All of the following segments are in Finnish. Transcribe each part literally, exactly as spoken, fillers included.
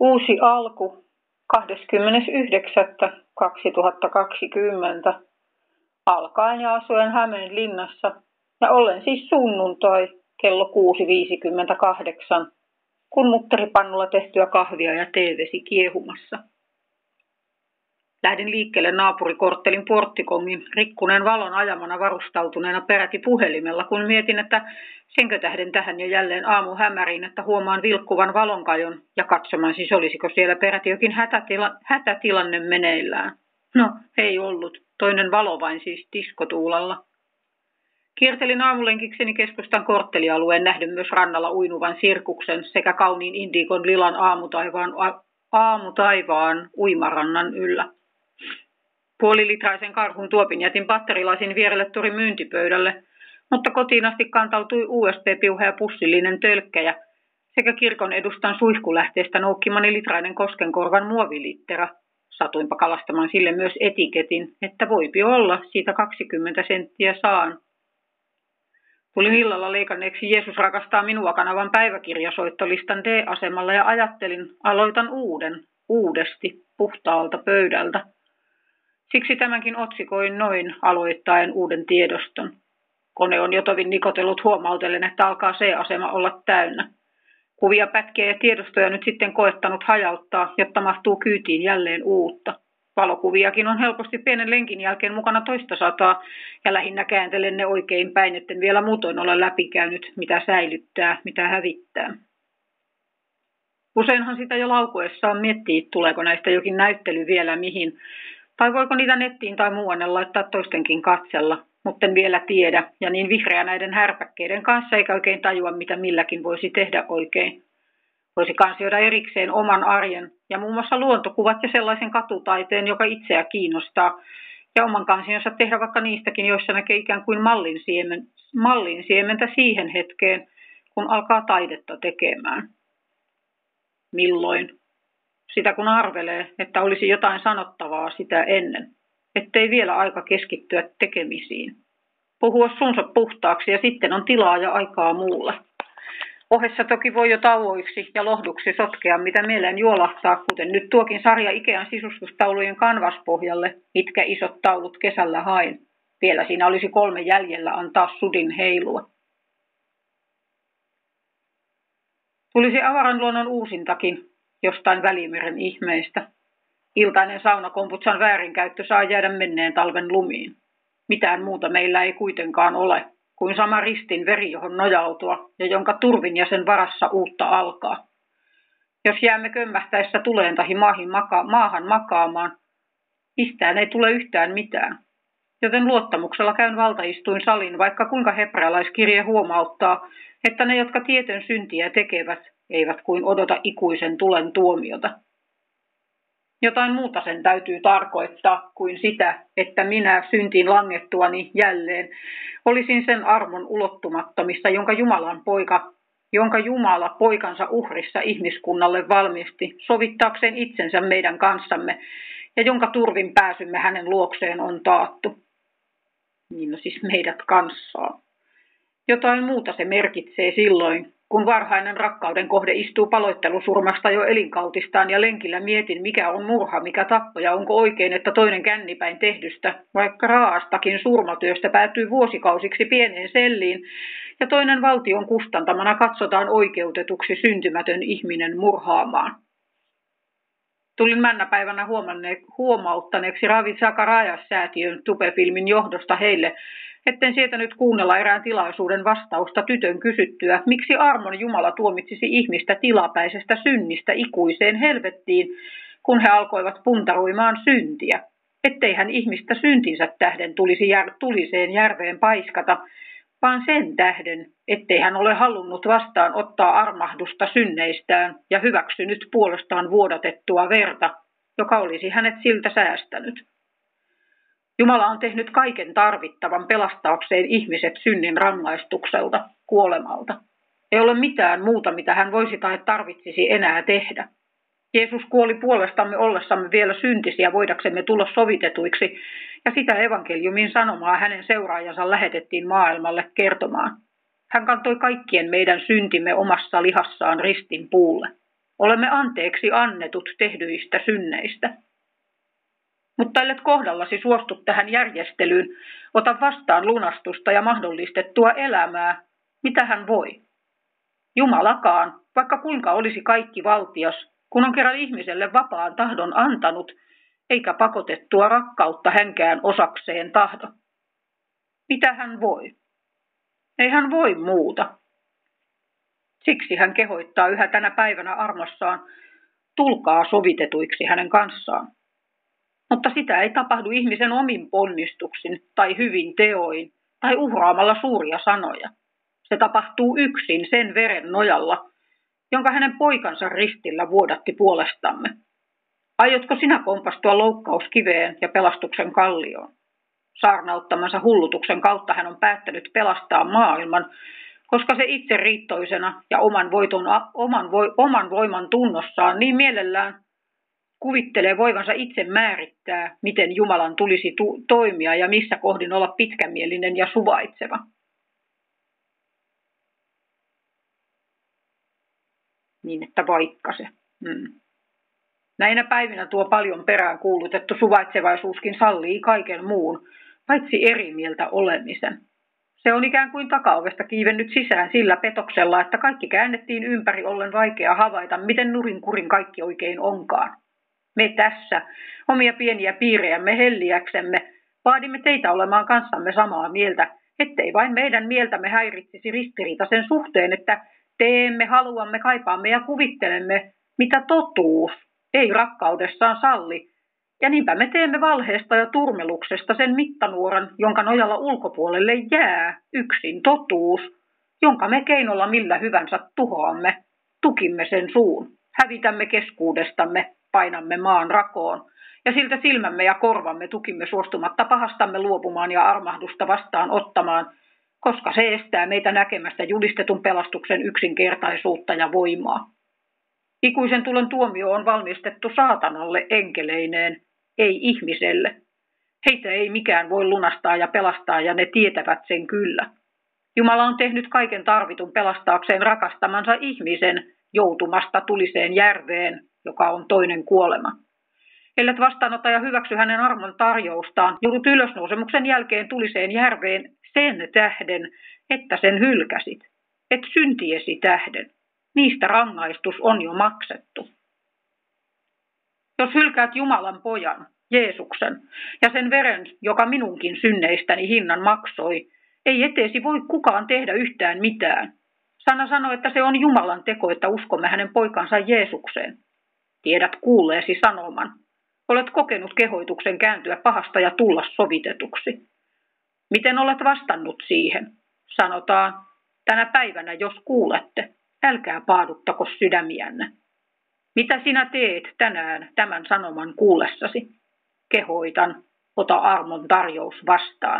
Uusi alku kahdeskymmenes yhdeksättä kaksituhattakaksikymmentä alkaen ja asuen Hämeenlinnassa ja olen siis sunnuntai kello kuusi viisikymmentäkahdeksan, kun mutteripannulla tehtyä kahvia ja teevesi kiehumassa. Lähdin liikkeelle naapurikorttelin porttikongin rikkuneen valon ajamana varustautuneena peräti puhelimella, kun mietin, että senkö tähden tähän jo jälleen aamu hämäriin, että huomaan vilkkuvan valonkajon ja katsomaan siis olisiko siellä peräti jokin hätätila, hätätilanne meneillään. No, ei ollut. Toinen valo vain siis diskotuulalla. Kiertelin aamulenkikseni keskustan korttelialueen nähden myös rannalla uinuvan sirkuksen sekä kauniin indikon lilan aamutaivaan, aamutaivaan uimarannan yllä. Puolilitraisen karhun tuopin jätin patterilasin vierelle torin myyntipöydälle, mutta kotiin asti kantautui U S B-piuha ja pussillinen tölkkäjä sekä kirkon edustan suihkulähteestä noukkimani litrainen Koskenkorvan muovilittera. Satuinpa kalastamaan sille myös etiketin, että voipi olla, siitä kaksikymmentä senttiä saan. Tulin illalla leikanneeksi Jeesus rakastaa minua kanavan päiväkirjasoittolistan D-asemalla ja ajattelin, aloitan uuden, uudesti, puhtaalta pöydältä. Siksi tämänkin otsikoin noin aloittaen uuden tiedoston. Kone on jo tovin nikotellut huomautellen, että alkaa C-asema olla täynnä. Kuvia, pätkiä ja tiedostoja nyt sitten koettanut hajauttaa, jotta mahtuu kyytiin jälleen uutta. Valokuviakin on helposti pienen lenkin jälkeen mukana toista sataa, ja lähinnä kääntelen ne oikein päin, etten vielä muutoin ole läpikäynyt, mitä säilyttää, mitä hävittää. Useinhan sitä jo laukuessaan miettii, tuleeko näistä jokin näyttely vielä mihin, tai voiko niitä nettiin tai muuanne laittaa toistenkin katsella, mutten vielä tiedä, ja niin vihreä näiden härpäkkeiden kanssa eikä oikein tajua, mitä milläkin voisi tehdä oikein. Voisi kansioida erikseen oman arjen ja muun muassa luontokuvat ja sellaisen katutaiteen, joka itseä kiinnostaa, ja oman kansionsa tehdä vaikka niistäkin, joissa näkee ikään kuin mallin, siemen, mallin siementä siihen hetkeen, kun alkaa taidetta tekemään. Milloin? Sitä kun arvelee, että olisi jotain sanottavaa sitä ennen, ettei vielä aika keskittyä tekemisiin. Puhua sunsa puhtaaksi ja sitten on tilaa ja aikaa muulle. Ohessa toki voi jo tauoiksi ja lohduksi sotkea, mitä mieleen juolahtaa, kuten nyt tuokin sarja Ikean sisustustaulujen kanvaspohjalle, mitkä isot taulut kesällä hain. Vielä siinä olisi kolme jäljellä antaa sudin heilua. Tulisi avaran luonnon uusintakin, jostain Välimeren ihmeistä. Iltainen saunakomputsan väärinkäyttö saa jäädä menneen talven lumiin. Mitään muuta meillä ei kuitenkaan ole, kuin sama ristin veri, johon nojautua, ja jonka turvin ja sen varassa uutta alkaa. Jos jäämme kömmähtäessä tuleen tahi maahan, maka- maahan makaamaan, mistään ei tule yhtään mitään. Joten luottamuksella käyn valtaistuin salin, vaikka kuinka hebrealaiskirje huomauttaa, että ne, jotka tieten syntiä tekevät, eivät kuin odota ikuisen tulen tuomiota. Jotain muuta sen täytyy tarkoittaa kuin sitä, että minä syntiin langettuani jälleen olisin sen armon ulottumattomissa, jonka Jumalan poika, jonka Jumala poikansa uhrissa ihmiskunnalle valmisti sovittaakseen itsensä meidän kanssamme ja jonka turvin pääsymme hänen luokseen on taattu. Niin no siis meidät kanssaan. Jotain muuta se merkitsee silloin, kun varhainen rakkauden kohde istuu paloittelusurmasta jo elinkautistaan ja lenkillä mietin, mikä on murha, mikä tappo ja onko oikein, että toinen kännipäin tehdystä, vaikka raastakin surmatyöstä päätyy vuosikausiksi pieneen selliin ja toinen valtion kustantamana katsotaan oikeutetuksi syntymätön ihminen murhaamaan. Tulin männäpäivänä huomauttaneeksi Ravi Zacharias-säätiön Tube-filmin johdosta heille, etten sietänyt kuunnella erään tilaisuuden vastausta tytön kysyttyä, miksi armon Jumala tuomitsisi ihmistä tilapäisestä synnistä ikuiseen helvettiin, kun he alkoivat puntaroimaan syntiä, ettei hän ihmistä syntinsä tähden tulisi jär, tuliseen järveen paiskata, vaan sen tähden, ettei hän ole halunnut vastaan ottaa armahdusta synneistään ja hyväksynyt puolestaan vuodatettua verta, joka olisi hänet siltä säästänyt. Jumala on tehnyt kaiken tarvittavan pelastaakseen ihmiset synnin rangaistukselta, kuolemalta. Ei ole mitään muuta, mitä hän voisi tai tarvitsisi enää tehdä. Jeesus kuoli puolestamme ollessamme vielä syntisiä voidaksemme tulla sovitetuiksi, ja sitä evankeliumin sanomaa hänen seuraajansa lähetettiin maailmalle kertomaan. Hän kantoi kaikkien meidän syntimme omassa lihassaan ristin puulle. Olemme anteeksi annetut tehdyistä synneistä. Mutta ellet kohdallasi suostu tähän järjestelyyn, ota vastaan lunastusta ja mahdollistettua elämää, mitä hän voi. Jumalakaan, vaikka kuinka olisi kaikki valtias, kun on kerran ihmiselle vapaan tahdon antanut, eikä pakotettua rakkautta hänkään osakseen tahdo. Mitä hän voi? Ei hän voi muuta. Siksi hän kehoittaa yhä tänä päivänä armossaan, tulkaa sovitetuiksi hänen kanssaan. Mutta sitä ei tapahdu ihmisen omin ponnistuksin tai hyvin teoin tai uhraamalla suuria sanoja. Se tapahtuu yksin sen veren nojalla, jonka hänen poikansa ristillä vuodatti puolestamme. Aiotko sinä kompastua loukkauskiveen ja pelastuksen kallioon? Saarnauttamansa hullutuksen kautta hän on päättänyt pelastaa maailman, koska se itse riittoisena ja oman, voiton, oman, vo, oman voiman tunnossaan niin mielellään kuvittelee voivansa itse määrittää, miten Jumalan tulisi tu- toimia ja missä kohdin olla pitkämielinen ja suvaitseva. Niin, että vaikka se. Hmm. Näinä päivinä tuo paljon perään kuulutettu suvaitsevaisuuskin sallii kaiken muun, paitsi eri mieltä olemisen. Se on ikään kuin takaovesta kiivennyt sisään sillä petoksella, että kaikki käännettiin ympäri ollen vaikea havaita, miten nurinkurin kaikki oikein onkaan. Me tässä, omia pieniä piirejämme helliäksemme, vaadimme teitä olemaan kanssamme samaa mieltä, ettei vain meidän mieltämme häiritsisi ristiriita sen suhteen, että teemme, haluamme, kaipaamme ja kuvittelemme, mitä totuus ei rakkaudessaan salli. Ja niinpä me teemme valheesta ja turmeluksesta sen mittanuoran, jonka nojalla ulkopuolelle jää yksin totuus, jonka me keinolla millä hyvänsä tuhoamme, tukimme sen suun, hävitämme keskuudestamme, painamme maan rakoon, ja siltä silmämme ja korvamme tukimme suostumatta pahastamme luopumaan ja armahdusta vastaan ottamaan, koska se estää meitä näkemästä julistetun pelastuksen yksinkertaisuutta ja voimaa. Ikuisen tulon tuomio on valmistettu saatanalle enkeleineen, ei ihmiselle. Heitä ei mikään voi lunastaa ja pelastaa, ja ne tietävät sen kyllä. Jumala on tehnyt kaiken tarvitun pelastaakseen rakastamansa ihmisen joutumasta tuliseen järveen, joka on toinen kuolema. Ellet vastaanota ja hyväksy hänen armon tarjoustaan, joudut ylösnousemuksen jälkeen tuliseen järveen sen tähden, että sen hylkäsit, et syntiesi tähden. Niistä rangaistus on jo maksettu. Jos hylkäät Jumalan pojan, Jeesuksen, ja sen veren, joka minunkin synneistäni hinnan maksoi, ei eteesi voi kukaan tehdä yhtään mitään. Sana sanoi, että se on Jumalan teko, että uskomme hänen poikansa Jeesukseen. Tiedät kuulleesi sanoman. Olet kokenut kehoituksen kääntyä pahasta ja tulla sovitetuksi. Miten olet vastannut siihen? Sanotaan, tänä päivänä jos kuulette, älkää paaduttako sydämiänne. Mitä sinä teet tänään tämän sanoman kuullessasi? Kehoitan, ota armon tarjous vastaan.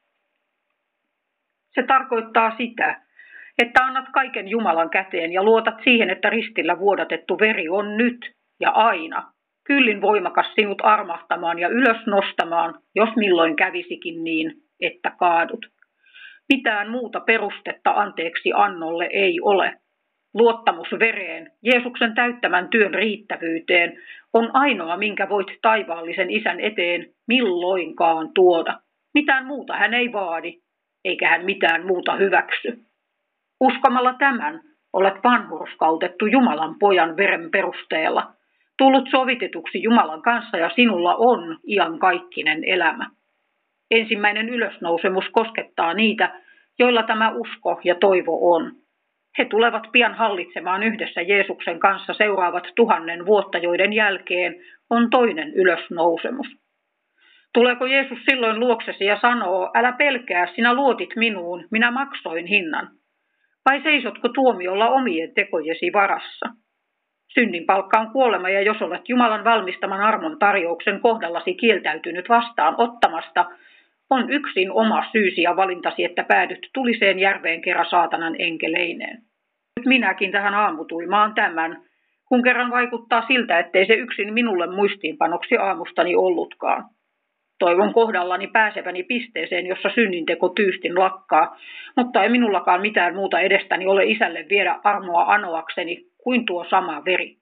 Se tarkoittaa sitä, että annat kaiken Jumalan käteen ja luotat siihen, että ristillä vuodatettu veri on nyt ja aina kyllin voimakas sinut armahtamaan ja ylös nostamaan, jos milloin kävisikin niin, että kaadut. Mitään muuta perustetta anteeksi annolle ei ole. Luottamus vereen, Jeesuksen täyttämän työn riittävyyteen, on ainoa, minkä voit taivaallisen Isän eteen milloinkaan tuoda. Mitään muuta hän ei vaadi, eikä hän mitään muuta hyväksy. Uskomalla tämän olet vanhurskautettu Jumalan pojan veren perusteella, tullut sovitetuksi Jumalan kanssa ja sinulla on iankaikkinen elämä. Ensimmäinen ylösnousemus koskettaa niitä, joilla tämä usko ja toivo on. He tulevat pian hallitsemaan yhdessä Jeesuksen kanssa seuraavat tuhannen vuotta, joiden jälkeen on toinen ylösnousemus. Tuleeko Jeesus silloin luoksesi ja sanoo, älä pelkää, sinä luotit minuun, minä maksoin hinnan? Vai seisotko tuomiolla omien tekojesi varassa? Synnin palkka on kuolema, ja jos olet Jumalan valmistaman armon tarjouksen kohdallasi kieltäytynyt vastaan ottamasta, on yksin oma syysi ja valintasi, että päädyt tuliseen järveen kerran saatanan enkeleineen. Nyt minäkin tähän aamutuimaan tämän, kun kerran vaikuttaa siltä, ettei se yksin minulle muistiinpanoksi aamustani ollutkaan. Toivon kohdallani pääseväni pisteeseen, jossa synninteko tyystin lakkaa, mutta ei minullakaan mitään muuta edestäni ole Isälle viedä armoa anoakseni kuin tuo sama veri.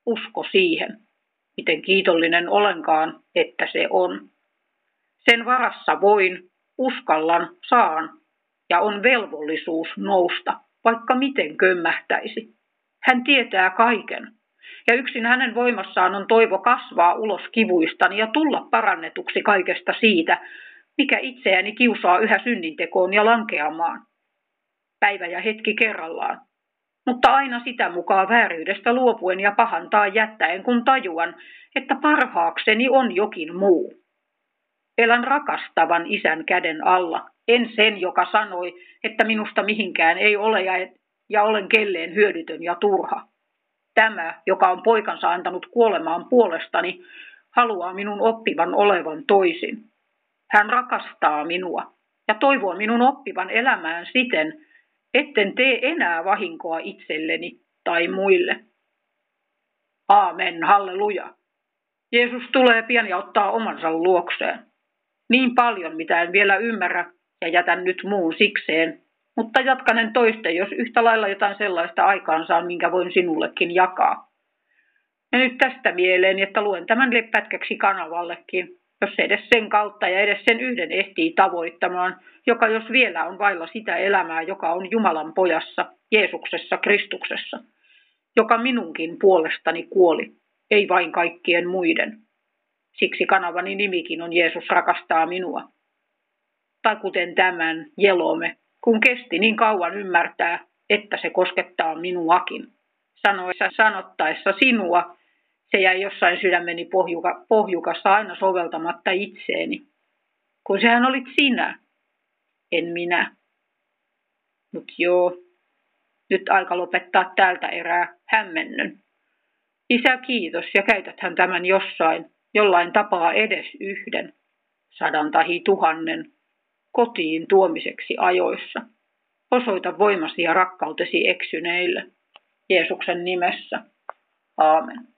usko siihen, miten kiitollinen olenkaan, että se on. Sen varassa voin, uskallan, saan ja on velvollisuus nousta, vaikka miten kömmähtäisi. Hän tietää kaiken ja yksin hänen voimassaan on toivo kasvaa ulos kivuistani ja tulla parannetuksi kaikesta siitä, mikä itseäni kiusaa yhä synnintekoon ja lankeamaan. Päivä ja hetki kerrallaan, mutta aina sitä mukaan vääryydestä luopuen ja pahantaa jättäen, kun tajuan, että parhaakseni on jokin muu. Elän rakastavan isän käden alla, en sen, joka sanoi, että minusta mihinkään ei ole ja, et, ja olen kelleen hyödytön ja turha. Tämä, joka on poikansa antanut kuolemaan puolestani, haluaa minun oppivan olevan toisin. Hän rakastaa minua ja toivoo minun oppivan elämään siten, etten tee enää vahinkoa itselleni tai muille. Aamen, halleluja. Jeesus tulee pian ja ottaa omansa luokseen. Niin paljon, mitä en vielä ymmärrä ja jätän nyt muun sikseen, mutta jatkanen toiste, jos yhtä lailla jotain sellaista aikaansaan, minkä voin sinullekin jakaa. Ja nyt tästä mieleeni, että luen tämän pätkäksi kanavallekin, jos edes sen kautta ja edes sen yhden ehtii tavoittamaan, joka jos vielä on vailla sitä elämää, joka on Jumalan pojassa, Jeesuksessa, Kristuksessa, joka minunkin puolestani kuoli, ei vain kaikkien muiden. Siksi kanavani nimikin on Jeesus rakastaa minua. Tai kuten tämän Jelome, kun kesti niin kauan ymmärtää, että se koskettaa minuakin. Sanoessa sanottaessa sinua, se jäi jossain sydämeni pohjuka, pohjukassa aina soveltamatta itseeni. Kun sehän olit sinä, en minä. Mut joo, nyt aika lopettaa tältä erää hämmennön. Isä, kiitos ja käytäthän tämän jossain, jollain tapaa edes yhden, sadan tahi tuhannen, kotiin tuomiseksi ajoissa. Osoita voimasi ja rakkautesi eksyneille. Jeesuksen nimessä. Aamen.